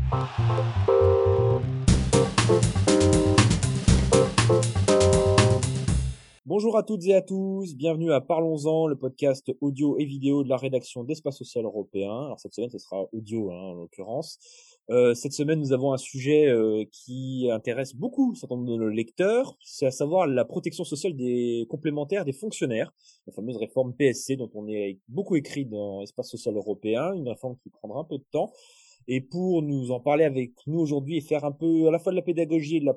Bonjour à toutes et à tous, bienvenue à Parlons-en, le podcast audio et vidéo de la rédaction d'Espace Social Européen. Alors cette semaine, ce sera audio en l'occurrence. Cette semaine, nous avons un sujet qui intéresse beaucoup un certain nombre de nos lecteurs, c'est à savoir la protection sociale des complémentaires des fonctionnaires, la fameuse réforme PSC dont on est beaucoup écrit dans Espace Social Européen, une réforme qui prendra un peu de temps. Et pour nous en parler avec nous aujourd'hui et faire un peu à la fois de la pédagogie et de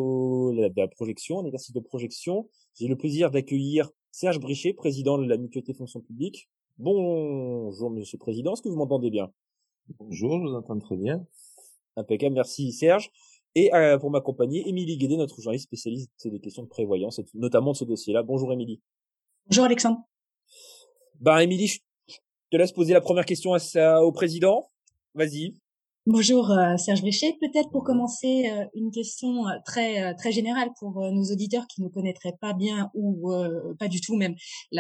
la projection, un exercice de projection, j'ai le plaisir d'accueillir Serge Brichet, président de la Mutualité Fonction Publique. Bonjour Monsieur le Président, est-ce que vous m'entendez bien? Bonjour, je vous entends très bien. Impeccable, merci Serge. Et pour m'accompagner, Émilie Guédé, notre journaliste spécialiste des questions de prévoyance, et notamment de ce dossier-là. Bonjour Émilie. Bonjour Alexandre. Émilie, je te laisse poser la première question au président. Vas-y. Bonjour Serge Brichet. Peut-être pour commencer, une question très générale pour nos auditeurs qui ne connaîtraient pas bien ou pas du tout même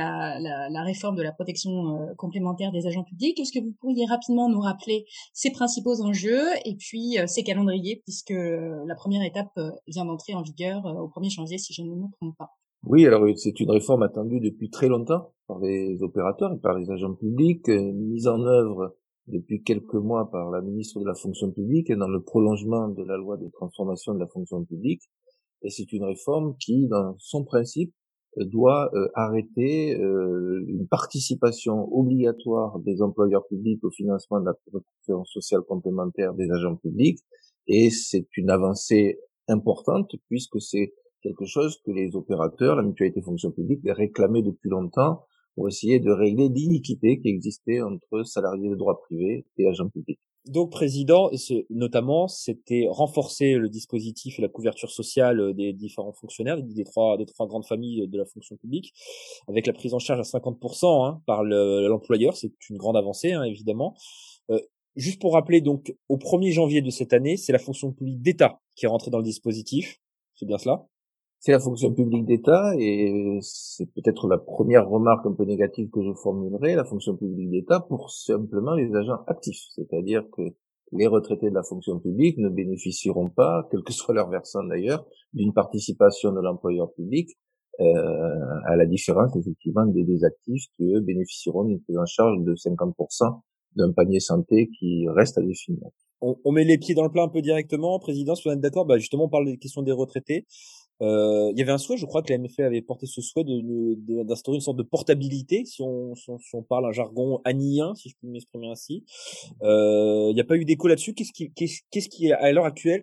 la réforme de la protection complémentaire des agents publics. Est-ce que vous pourriez rapidement nous rappeler ses principaux enjeux et puis ses calendriers, puisque la première étape vient d'entrer en vigueur au 1er janvier, si je ne me trompe pas. Oui, alors c'est une réforme attendue depuis très longtemps par les opérateurs et par les agents publics, mise en œuvre depuis quelques mois par la ministre de la fonction publique et dans le prolongement de la loi de transformation de la fonction publique. Et c'est une réforme qui, dans son principe, doit arrêter une participation obligatoire des employeurs publics au financement de la protection sociale complémentaire des agents publics. Et c'est une avancée importante puisque c'est quelque chose que les opérateurs, la mutualité fonction publique, réclamaient depuis longtemps pour essayer de régler l'iniquité qui existait entre salariés de droit privé et agents publics. Donc, président, notamment, c'était renforcer le dispositif et la couverture sociale des différents fonctionnaires, des trois grandes familles de la fonction publique, avec la prise en charge à 50% par l'employeur. C'est une grande avancée, évidemment. Juste pour rappeler, donc, au 1er janvier de cette année, c'est la fonction publique d'État qui est rentrée dans le dispositif. C'est bien cela? C'est la fonction publique d'État, et c'est peut-être la première remarque un peu négative que je formulerai, la fonction publique d'État pour simplement les agents actifs. C'est-à-dire que les retraités de la fonction publique ne bénéficieront pas, quel que soit leur versant d'ailleurs, d'une participation de l'employeur public, à la différence effectivement des actifs qui, eux, bénéficieront d'une prise en charge de 50% d'un panier santé qui reste à définir. On met les pieds dans le plat un peu directement, président, si vous êtes d'accord, justement, on parle des questions des retraités. Il y avait un souhait, je crois que la MFA avait porté ce souhait d'instaurer une sorte de portabilité, si on parle un jargon anien, si je peux m'exprimer ainsi. Il n'y a pas eu d'écho là-dessus. Qu'est-ce qui est, à l'heure actuelle,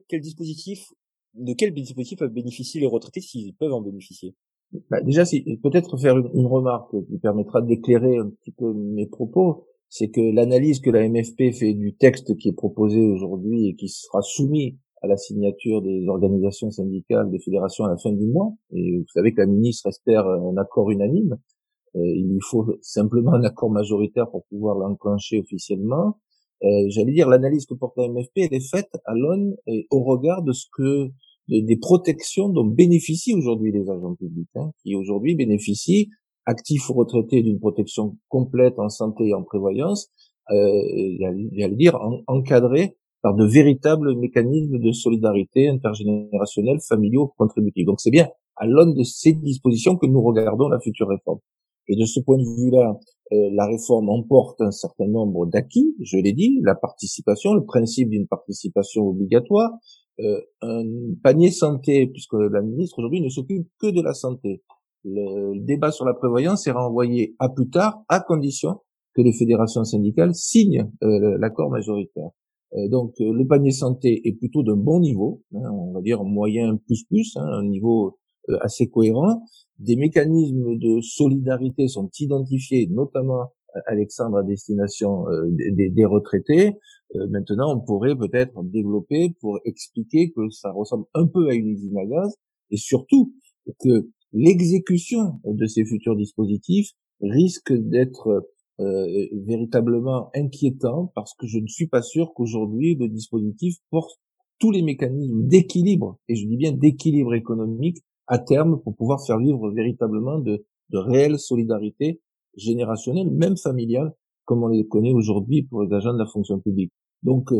de quel dispositif peuvent bénéficier les retraités s'ils peuvent en bénéficier? Déjà, peut-être faire une remarque qui permettra d'éclairer un petit peu mes propos, c'est que l'analyse que la MFP fait du texte qui est proposé aujourd'hui et qui sera soumis à la signature des organisations syndicales, des fédérations à la fin du mois, et vous savez que la ministre espère un accord unanime, il lui faut simplement un accord majoritaire pour pouvoir l'enclencher officiellement. J'allais dire, l'analyse que porte la MFP, elle est faite à l'aune et au regard de des protections dont bénéficient aujourd'hui les agents publics, qui aujourd'hui bénéficient, actifs ou retraités, d'une protection complète en santé et en prévoyance, j'allais dire encadrée par de véritables mécanismes de solidarité intergénérationnelle, familiaux, contributifs. Donc c'est bien à l'aune de ces dispositions que nous regardons la future réforme. Et de ce point de vue-là, la réforme emporte un certain nombre d'acquis, je l'ai dit, la participation, le principe d'une participation obligatoire, un panier santé, puisque la ministre aujourd'hui ne s'occupe que de la santé. Le débat sur la prévoyance est renvoyé à plus tard, à condition que les fédérations syndicales signent l'accord majoritaire. Donc le panier santé est plutôt d'un bon niveau, on va dire moyen plus, un niveau assez cohérent. Des mécanismes de solidarité sont identifiés, notamment, Alexandre, à destination des retraités. Maintenant, on pourrait peut-être développer pour expliquer que ça ressemble un peu à une usine à gaz, et surtout que l'exécution de ces futurs dispositifs risque d'être véritablement inquiétant, parce que je ne suis pas sûr qu'aujourd'hui le dispositif porte tous les mécanismes d'équilibre, et je dis bien d'équilibre économique, à terme, pour pouvoir faire vivre véritablement de réelle solidarité générationnelle, même familiale, comme on les connaît aujourd'hui pour les agents de la fonction publique. Donc,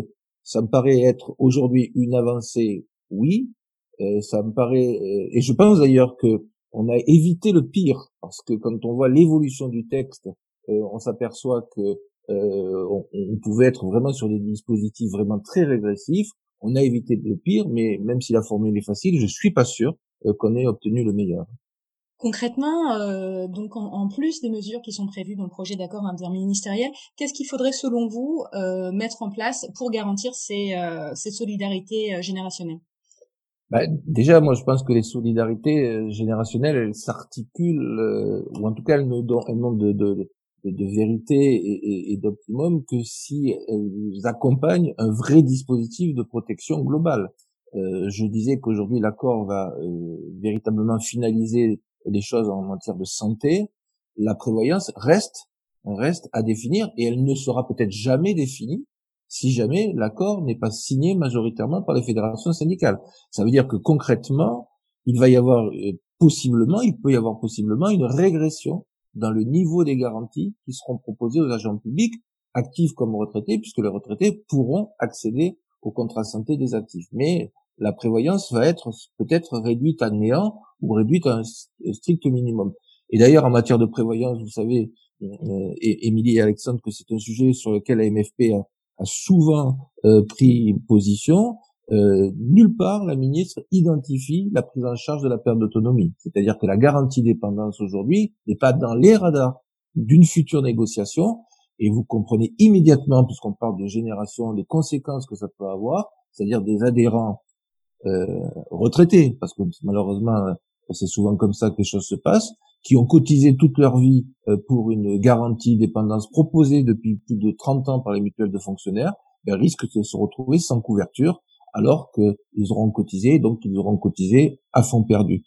Ça me paraît être aujourd'hui une avancée, oui. Ça me paraît, et je pense d'ailleurs que on a évité le pire, parce que quand on voit l'évolution du texte, on s'aperçoit que on pouvait être vraiment sur des dispositifs vraiment très régressifs. On a évité le pire, mais même si la formule est facile, je suis pas sûr qu'on ait obtenu le meilleur. Concrètement, donc en plus des mesures qui sont prévues dans le projet d'accord interministériel, qu'est-ce qu'il faudrait selon vous mettre en place pour garantir ces solidarités générationnelles? Bah, déjà, moi, je pense que les solidarités générationnelles, elles s'articulent, ou en tout cas, elles n'ont de vérité et d'optimum que si elles accompagnent un vrai dispositif de protection globale. Je disais qu'aujourd'hui, l'accord va véritablement finaliser les choses en matière de santé. La prévoyance reste à définir, et elle ne sera peut-être jamais définie si jamais l'accord n'est pas signé majoritairement par les fédérations syndicales. Ça veut dire que concrètement, il peut y avoir possiblement une régression dans le niveau des garanties qui seront proposées aux agents publics, actifs comme retraités, puisque les retraités pourront accéder au contrat santé des actifs. Mais la prévoyance va être peut-être réduite à néant ou réduite à un strict minimum. Et d'ailleurs, en matière de prévoyance, vous savez, Émilie et Alexandre, que c'est un sujet sur lequel la MFP a souvent pris position. Nulle part la ministre identifie la prise en charge de la perte d'autonomie. C'est-à-dire que la garantie dépendance aujourd'hui n'est pas dans les radars d'une future négociation, et vous comprenez immédiatement, puisqu'on parle de génération, les conséquences que ça peut avoir, c'est-à-dire des adhérents retraités, parce que malheureusement c'est souvent comme ça que les choses se passent, qui ont cotisé toute leur vie pour une garantie dépendance proposée depuis plus de 30 ans par les mutuelles de fonctionnaires, risquent de se retrouver sans couverture alors qu'ils auront cotisé, donc ils auront cotisé à fond perdu.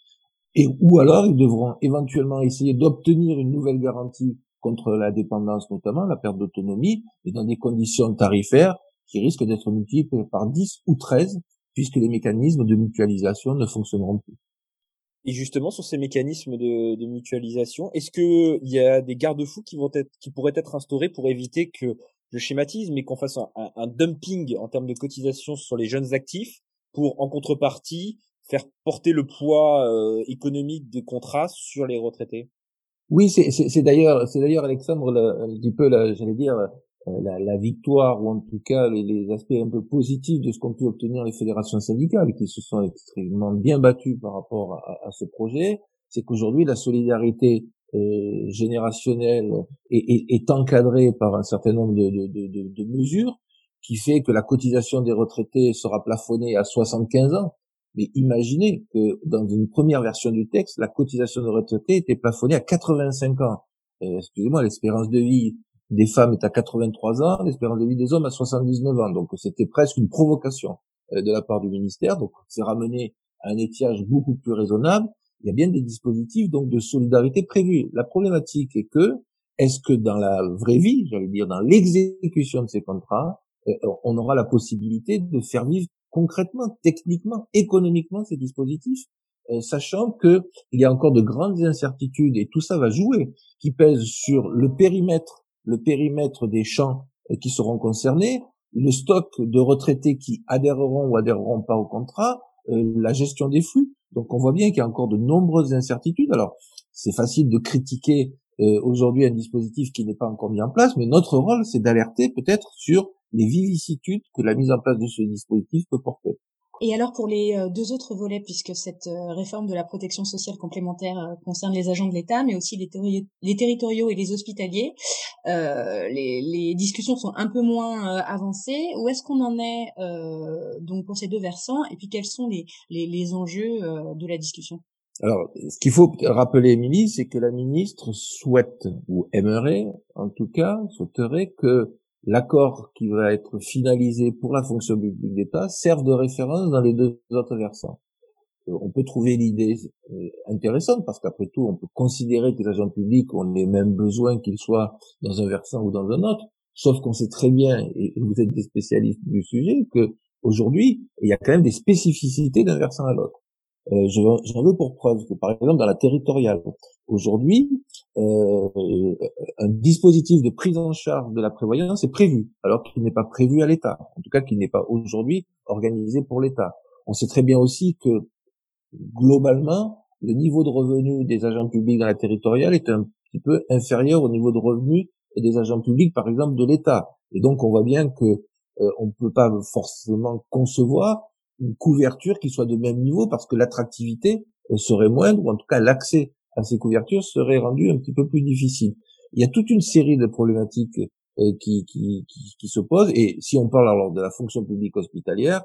Ou alors ils devront éventuellement essayer d'obtenir une nouvelle garantie contre la dépendance, notamment la perte d'autonomie, et dans des conditions tarifaires qui risquent d'être multipliées par 10 ou 13, puisque les mécanismes de mutualisation ne fonctionneront plus. Et justement, sur ces mécanismes de mutualisation, est-ce que il y a des garde-fous qui pourraient être instaurés pour éviter que, je schématise, mais qu'on fasse un dumping en termes de cotisation sur les jeunes actifs pour, en contrepartie, faire porter le poids économique des contrats sur les retraités? Oui, c'est d'ailleurs Alexandre, un petit peu, j'allais dire, la victoire, ou en tout cas les aspects un peu positifs de ce qu'ont pu obtenir les fédérations syndicales, qui se sont extrêmement bien battues par rapport à ce projet. C'est qu'aujourd'hui la solidarité générationnelle est encadrée par un certain nombre de mesures, qui fait que la cotisation des retraités sera plafonnée à 75 ans. Mais imaginez que dans une première version du texte, la cotisation de retraité était plafonnée à 85 ans. Excusez-moi, l'espérance de vie des femmes est à 83 ans, l'espérance de vie des hommes à 79 ans. Donc c'était presque une provocation de la part du ministère. Donc c'est ramené à un étiage beaucoup plus raisonnable. Il y a bien des dispositifs donc de solidarité prévus. La problématique est que, est-ce que dans la vraie vie, j'allais dire dans l'exécution de ces contrats, on aura la possibilité de faire vivre concrètement, techniquement, économiquement ces dispositifs, sachant que il y a encore de grandes incertitudes, et tout ça va jouer, qui pèsent sur le périmètre des champs qui seront concernés, le stock de retraités qui adhéreront ou adhéreront pas au contrat, la gestion des flux. Donc on voit bien qu'il y a encore de nombreuses incertitudes. Alors c'est facile de critiquer aujourd'hui un dispositif qui n'est pas encore mis en place, mais notre rôle, c'est d'alerter peut-être sur les vicissitudes que la mise en place de ce dispositif peut porter. Et alors pour les deux autres volets, puisque cette réforme de la protection sociale complémentaire concerne les agents de l'État, mais aussi les territoriaux et les hospitaliers, les discussions sont un peu moins avancées. Où est-ce qu'on en est donc pour ces deux versants, et puis quels sont les enjeux de la discussion? Alors, ce qu'il faut rappeler, Émilie, c'est que la ministre souhaite, ou aimerait, en tout cas, souhaiterait que l'accord qui va être finalisé pour la fonction publique d'État serve de référence dans les deux autres versants. On peut trouver l'idée intéressante, parce qu'après tout, on peut considérer que les agents publics ont les mêmes besoins qu'ils soient dans un versant ou dans un autre, sauf qu'on sait très bien, et vous êtes des spécialistes du sujet, que aujourd'hui, il y a quand même des spécificités d'un versant à l'autre. J'en veux pour preuve que, par exemple, dans la territoriale, aujourd'hui, euh, un dispositif de prise en charge de la prévoyance est prévu, alors qu'il n'est pas prévu à l'État. En tout cas, qu'il n'est pas aujourd'hui organisé pour l'État. On sait très bien aussi que, globalement, le niveau de revenu des agents publics dans la territoriale est un petit peu inférieur au niveau de revenu des agents publics, par exemple, de l'État. Et donc, on voit bien que on ne peut pas forcément concevoir une couverture qui soit de même niveau parce que l'attractivité serait moindre, ou en tout cas l'accès à ces couvertures serait rendu un petit peu plus difficile. Il y a toute une série de problématiques qui se posent, et si on parle alors de la fonction publique hospitalière,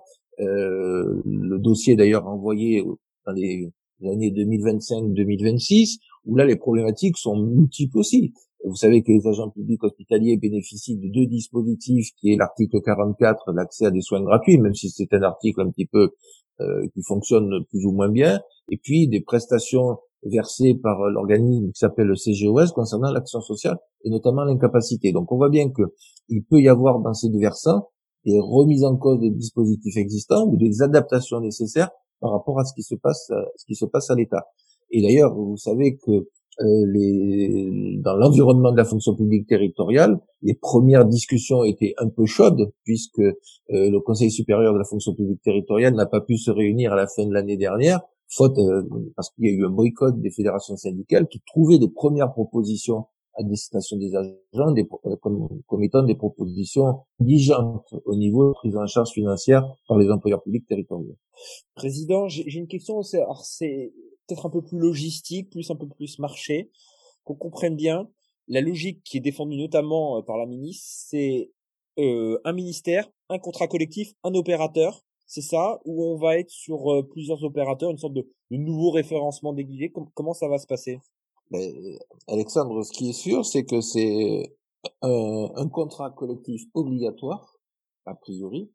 le dossier d'ailleurs envoyé dans les années 2025-2026, où là les problématiques sont multiples aussi. Vous savez que les agents publics hospitaliers bénéficient de deux dispositifs, qui est l'article 44, l'accès à des soins gratuits, même si c'est un article un petit peu qui fonctionne plus ou moins bien, et puis des prestations versées par l'organisme qui s'appelle le CGOS concernant l'action sociale et notamment l'incapacité. Donc on voit bien que il peut y avoir dans ces deux versants des remises en cause des dispositifs existants ou des adaptations nécessaires par rapport à ce qui se passe à l'État. Et d'ailleurs, vous savez que dans l'environnement de la fonction publique territoriale, les premières discussions étaient un peu chaudes puisque le Conseil supérieur de la fonction publique territoriale n'a pas pu se réunir à la fin de l'année dernière, faute parce qu'il y a eu un boycott des fédérations syndicales qui trouvaient des premières propositions à destination des agents comme étant des propositions indigentes au niveau de prise en charge financière par les employeurs publics territoriaux. Président, j'ai une question, alors c'est peut-être un peu plus logistique, un peu plus marché, qu'on comprenne bien. La logique qui est défendue notamment par la ministre, c'est un ministère, un contrat collectif, un opérateur. C'est ça, où on va être sur plusieurs opérateurs, une sorte de nouveau référencement déguisé. Comment ça va se passer? Mais, Alexandre, ce qui est sûr, c'est que c'est un contrat collectif obligatoire, a priori.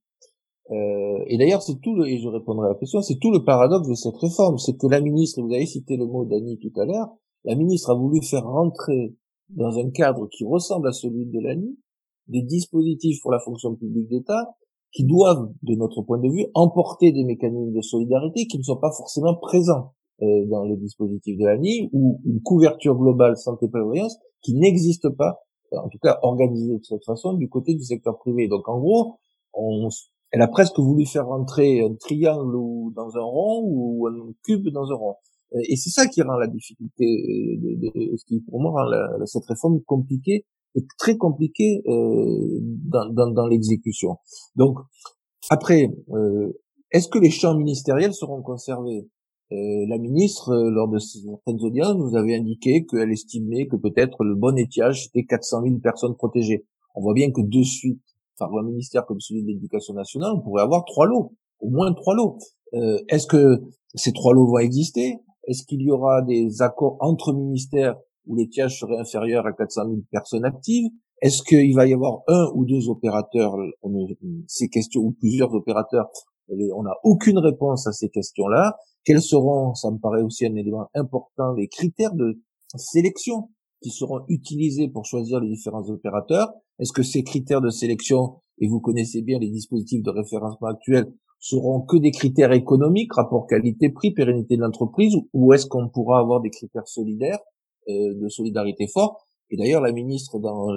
Et d'ailleurs, et je répondrai à la question, c'est tout le paradoxe de cette réforme, c'est que la ministre, vous avez cité le mot d'Annie tout à l'heure, la ministre a voulu faire rentrer dans un cadre qui ressemble à celui de l'ANI des dispositifs pour la fonction publique d'État qui doivent, de notre point de vue, emporter des mécanismes de solidarité qui ne sont pas forcément présents dans le dispositif de l'ANI, ou une couverture globale santé-prévoyance qui n'existe pas, en tout cas organisée de cette façon, du côté du secteur privé. Donc en gros, elle a presque voulu faire rentrer un triangle dans un rond ou un cube dans un rond. Et c'est ça qui rend la difficulté, ce qui pour moi rend cette réforme compliquée, et très compliquée dans l'exécution. Donc après, est-ce que les champs ministériels seront conservés? La ministre, lors de certaines audiences, nous avait indiqué qu'elle estimait que peut-être le bon étiage c'était 400 000 personnes protégées. On voit bien que de suite, par un ministère comme celui de l'Éducation nationale, on pourrait avoir 3 lots, au moins 3 lots. Est-ce que ces 3 lots vont exister? Est-ce qu'il y aura des accords entre ministères où l'étiage serait inférieur à 400 000 personnes actives? Est-ce qu'il va y avoir un ou deux opérateurs? Ces questions, ou plusieurs opérateurs, on n'a aucune réponse à ces questions-là. Quels seront, ça me paraît aussi un élément important, les critères de sélection qui seront utilisés pour choisir les différents opérateurs? Est-ce que ces critères de sélection, et vous connaissez bien les dispositifs de référencement actuels, seront que des critères économiques, rapport qualité-prix, pérennité de l'entreprise, ou est-ce qu'on pourra avoir des critères solidaires, de solidarité forts? Et d'ailleurs, la ministre,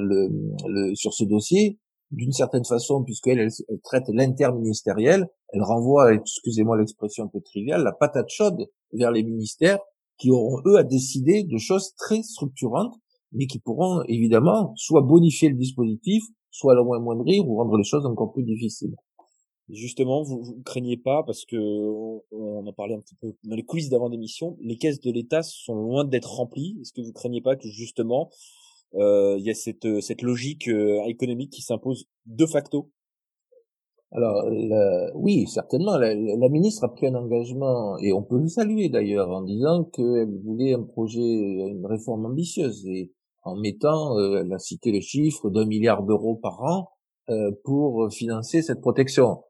sur ce dossier, d'une certaine façon, puisqu'elle traite l'interministériel, elle renvoie, excusez-moi l'expression un peu triviale, la patate chaude vers les ministères qui auront, eux, à décider de choses très structurantes, mais qui pourront, évidemment, soit bonifier le dispositif, soit l'amoindrir ou rendre les choses encore plus difficiles. Justement, vous craignez pas, parce que on en parlait un petit peu dans les quiz d'avant d'émission, les caisses de l'État sont loin d'être remplies. Est-ce que vous craignez pas que justement il y a cette logique économique qui s'impose de facto? Alors, oui, certainement. La ministre a pris un engagement, et on peut le saluer d'ailleurs, en disant qu'elle voulait un projet, une réforme ambitieuse, et en mettant, elle a cité le chiffre d'1 milliard d'euros par an pour financer cette protection.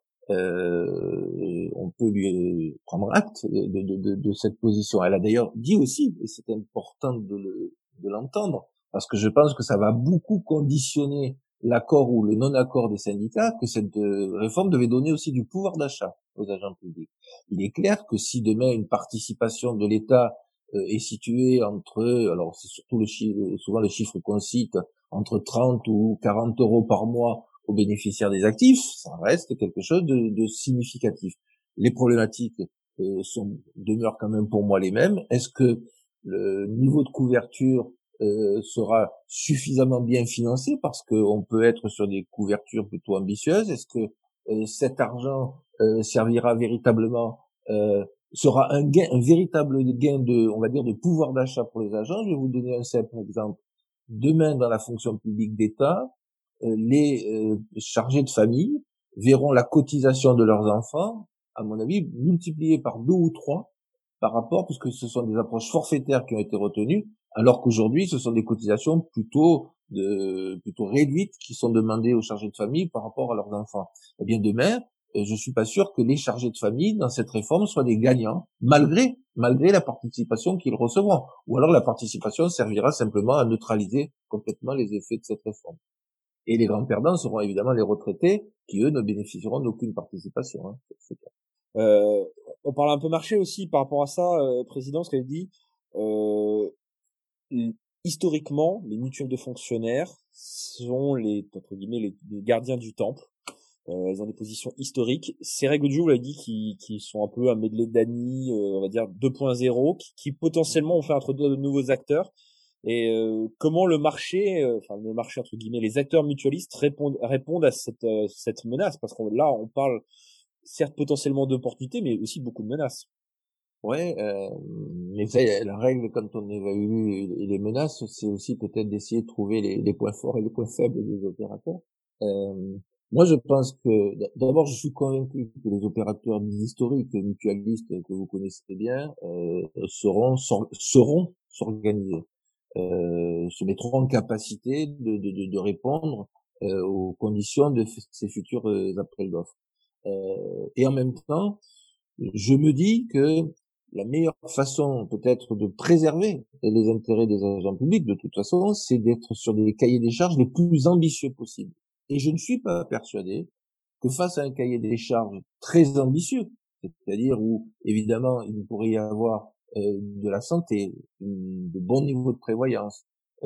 On peut lui prendre acte de cette position. Elle a d'ailleurs dit aussi, et c'est important de l'entendre, parce que je pense que ça va beaucoup conditionner l'accord ou le non-accord des syndicats, que cette réforme devait donner aussi du pouvoir d'achat aux agents publics. Il est clair que si demain une participation de l'État est située entre, alors c'est surtout souvent le chiffre qu'on cite, entre 30 ou 40 euros par mois aux bénéficiaires des actifs, ça reste quelque chose de significatif. Les problématiques demeurent quand même pour moi les mêmes. Est-ce que le niveau de couverture sera suffisamment bien financé, parce qu'on peut être sur des couvertures plutôt ambitieuses? Est-ce que cet argent servira véritablement, sera un véritable gain on va dire, de pouvoir d'achat pour les agents? Je vais vous donner un simple exemple. Demain, dans la fonction publique d'État, les chargés de famille verront la cotisation de leurs enfants, à mon avis, multipliée par 2 ou 3 par rapport, puisque ce sont des approches forfaitaires qui ont été retenues, alors qu'aujourd'hui, ce sont des cotisations plutôt réduites qui sont demandées aux chargés de famille par rapport à leurs enfants. Eh bien, demain, je suis pas sûr que les chargés de famille dans cette réforme soient des gagnants, malgré la participation qu'ils recevront. Ou alors la participation servira simplement à neutraliser complètement les effets de cette réforme. Et les grands perdants seront évidemment les retraités, qui eux ne bénéficieront d'aucune participation. Hein. C'est clair. On parle un peu marché aussi par rapport à ça, Président, ce qu'elle dit. Historiquement, les mutuelles de fonctionnaires sont entre guillemets, les gardiens du temple. Elles ont des positions historiques. Ces règles du jeu, vous l'avez dit, qui sont un peu un medley d'Annie, on va dire 2.0, qui potentiellement ont fait introduire de nouveaux acteurs. Et comment le marché entre guillemets, les acteurs mutualistes répondent à cette menace, parce qu'on là on parle certes potentiellement d'opportunités, mais aussi beaucoup de menaces. Ouais, mais ça, la règle quand on évalue les menaces, c'est aussi peut-être d'essayer de trouver les points forts et les points faibles des opérateurs. Moi, je pense que d'abord, je suis convaincu que les opérateurs historiques mutualistes que vous connaissez bien sauront s'organiser, se mettront en capacité de répondre aux conditions de ces futurs appels d'offres. Et en même temps, je me dis que la meilleure façon peut-être de préserver les intérêts des agents publics, de toute façon, c'est d'être sur des cahiers des charges les plus ambitieux possibles. Et je ne suis pas persuadé que face à un cahier des charges très ambitieux, c'est-à-dire où évidemment il pourrait y avoir de la santé, de bons niveaux de prévoyance,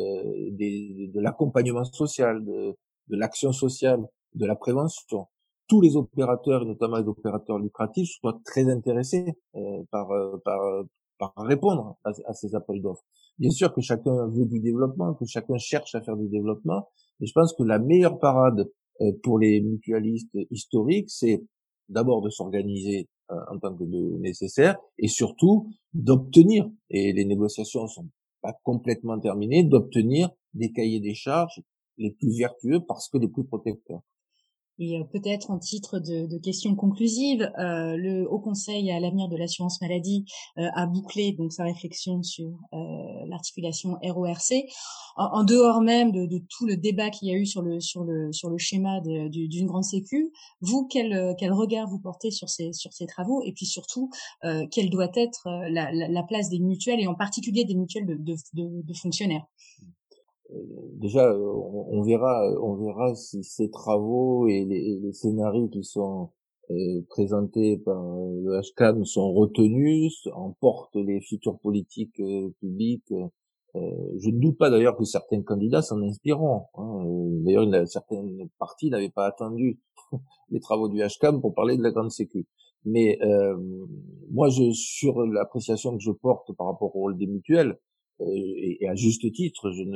de l'accompagnement social, de l'action sociale, de la prévention, tous les opérateurs, et notamment les opérateurs lucratifs, soient très intéressés par répondre à ces appels d'offres. Bien sûr que chacun veut du développement, que chacun cherche à faire du développement, mais je pense que la meilleure parade pour les mutualistes historiques, c'est d'abord de s'organiser en tant que nécessaire, et surtout d'obtenir, et les négociations sont pas complètement terminées, d'obtenir des cahiers des charges les plus vertueux parce que les plus protecteurs. Et peut-être en titre de question conclusive, le Haut Conseil à l'avenir de l'assurance maladie a bouclé donc sa réflexion sur l'articulation RORC. En dehors même de tout le débat qu'il y a eu sur le schéma d'une grande sécu, vous quel regard vous portez sur ces travaux, et puis surtout quelle doit être la place des mutuelles, et en particulier des mutuelles de fonctionnaires? Déjà, on verra si ces travaux et les scénarios qui sont présentés par le HCAM sont retenus, emportent les futures politiques publiques. Je ne doute pas d'ailleurs que certains candidats s'en inspireront. Hein. D'ailleurs, certaines parties n'avaient pas attendu les travaux du HCAM pour parler de la grande sécu. Mais moi, sur l'appréciation que je porte par rapport au rôle des mutuelles, et à juste titre, je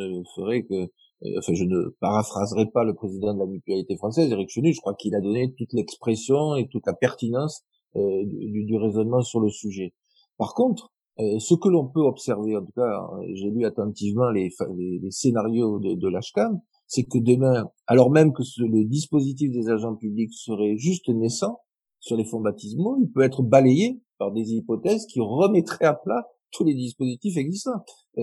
ne paraphraserai pas le président de la mutualité française, Éric Chenu. Je crois qu'il a donné toute l'expression et toute la pertinence du raisonnement sur le sujet. Par contre, ce que l'on peut observer, en tout cas, j'ai lu attentivement les scénarios de l'HCAM, c'est que demain, alors même que le dispositif des agents publics serait juste naissant sur les fonds baptismaux, il peut être balayé par des hypothèses qui remettraient à plat tous les dispositifs existants.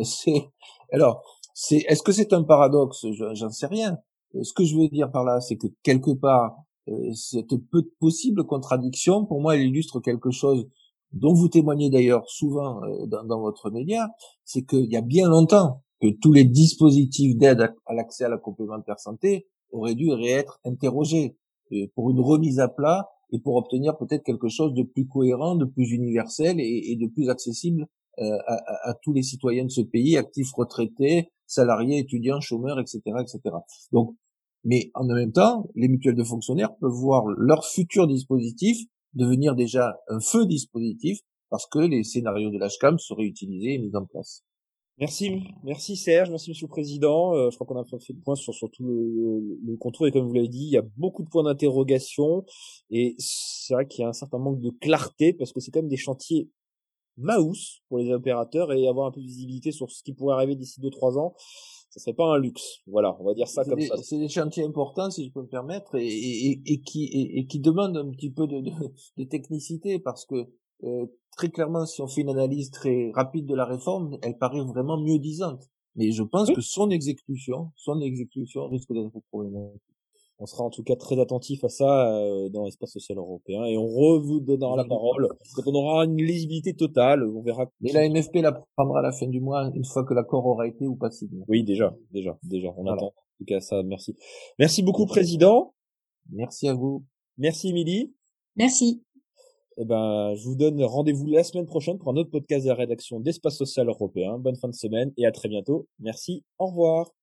Est-ce que c'est un paradoxe? J'en sais rien. Ce que je veux dire par là, c'est que quelque part, cette possible contradiction, pour moi, elle illustre quelque chose dont vous témoignez d'ailleurs souvent dans votre média, c'est qu'il y a bien longtemps que tous les dispositifs d'aide à l'accès à la complémentaire santé auraient dû être interrogés pour une remise à plat et pour obtenir peut-être quelque chose de plus cohérent, de plus universel et de plus accessible à tous les citoyens de ce pays, actifs, retraités, salariés, étudiants, chômeurs, etc., etc. Donc, mais en même temps, les mutuelles de fonctionnaires peuvent voir leur futur dispositif devenir déjà un feu dispositif parce que les scénarios de l'HCAM seraient utilisés et mis en place. Merci Serge, merci Monsieur le Président. Je crois qu'on a fait le point sur tout le contour et comme vous l'avez dit, il y a beaucoup de points d'interrogation et c'est vrai qu'il y a un certain manque de clarté parce que c'est quand même des chantiers Maus pour les opérateurs et avoir un peu de visibilité sur ce qui pourrait arriver d'ici 2-3 ans, ça serait pas un luxe. Voilà, on va dire ça comme ça. C'est des chantiers importants, si je peux me permettre, et qui demandent un petit peu de technicité parce que très clairement, si on fait une analyse très rapide de la réforme, elle paraît vraiment mieux-disante. Mais je pense que son exécution risque d'être problématique. On sera en tout cas très attentif à ça dans l'espace social européen et on vous donnera la parole quand on aura une lisibilité totale. On verra. Mais la MFP la prendra à la fin du mois une fois que l'accord aura été ou pas signé. Oui, déjà. On attend. En tout cas, ça, merci. Merci beaucoup, Président. Merci à vous. Merci, Émilie. Merci. Eh ben, je vous donne rendez-vous la semaine prochaine pour un autre podcast de la rédaction d'Espace Social Européen. Bonne fin de semaine et à très bientôt. Merci. Au revoir.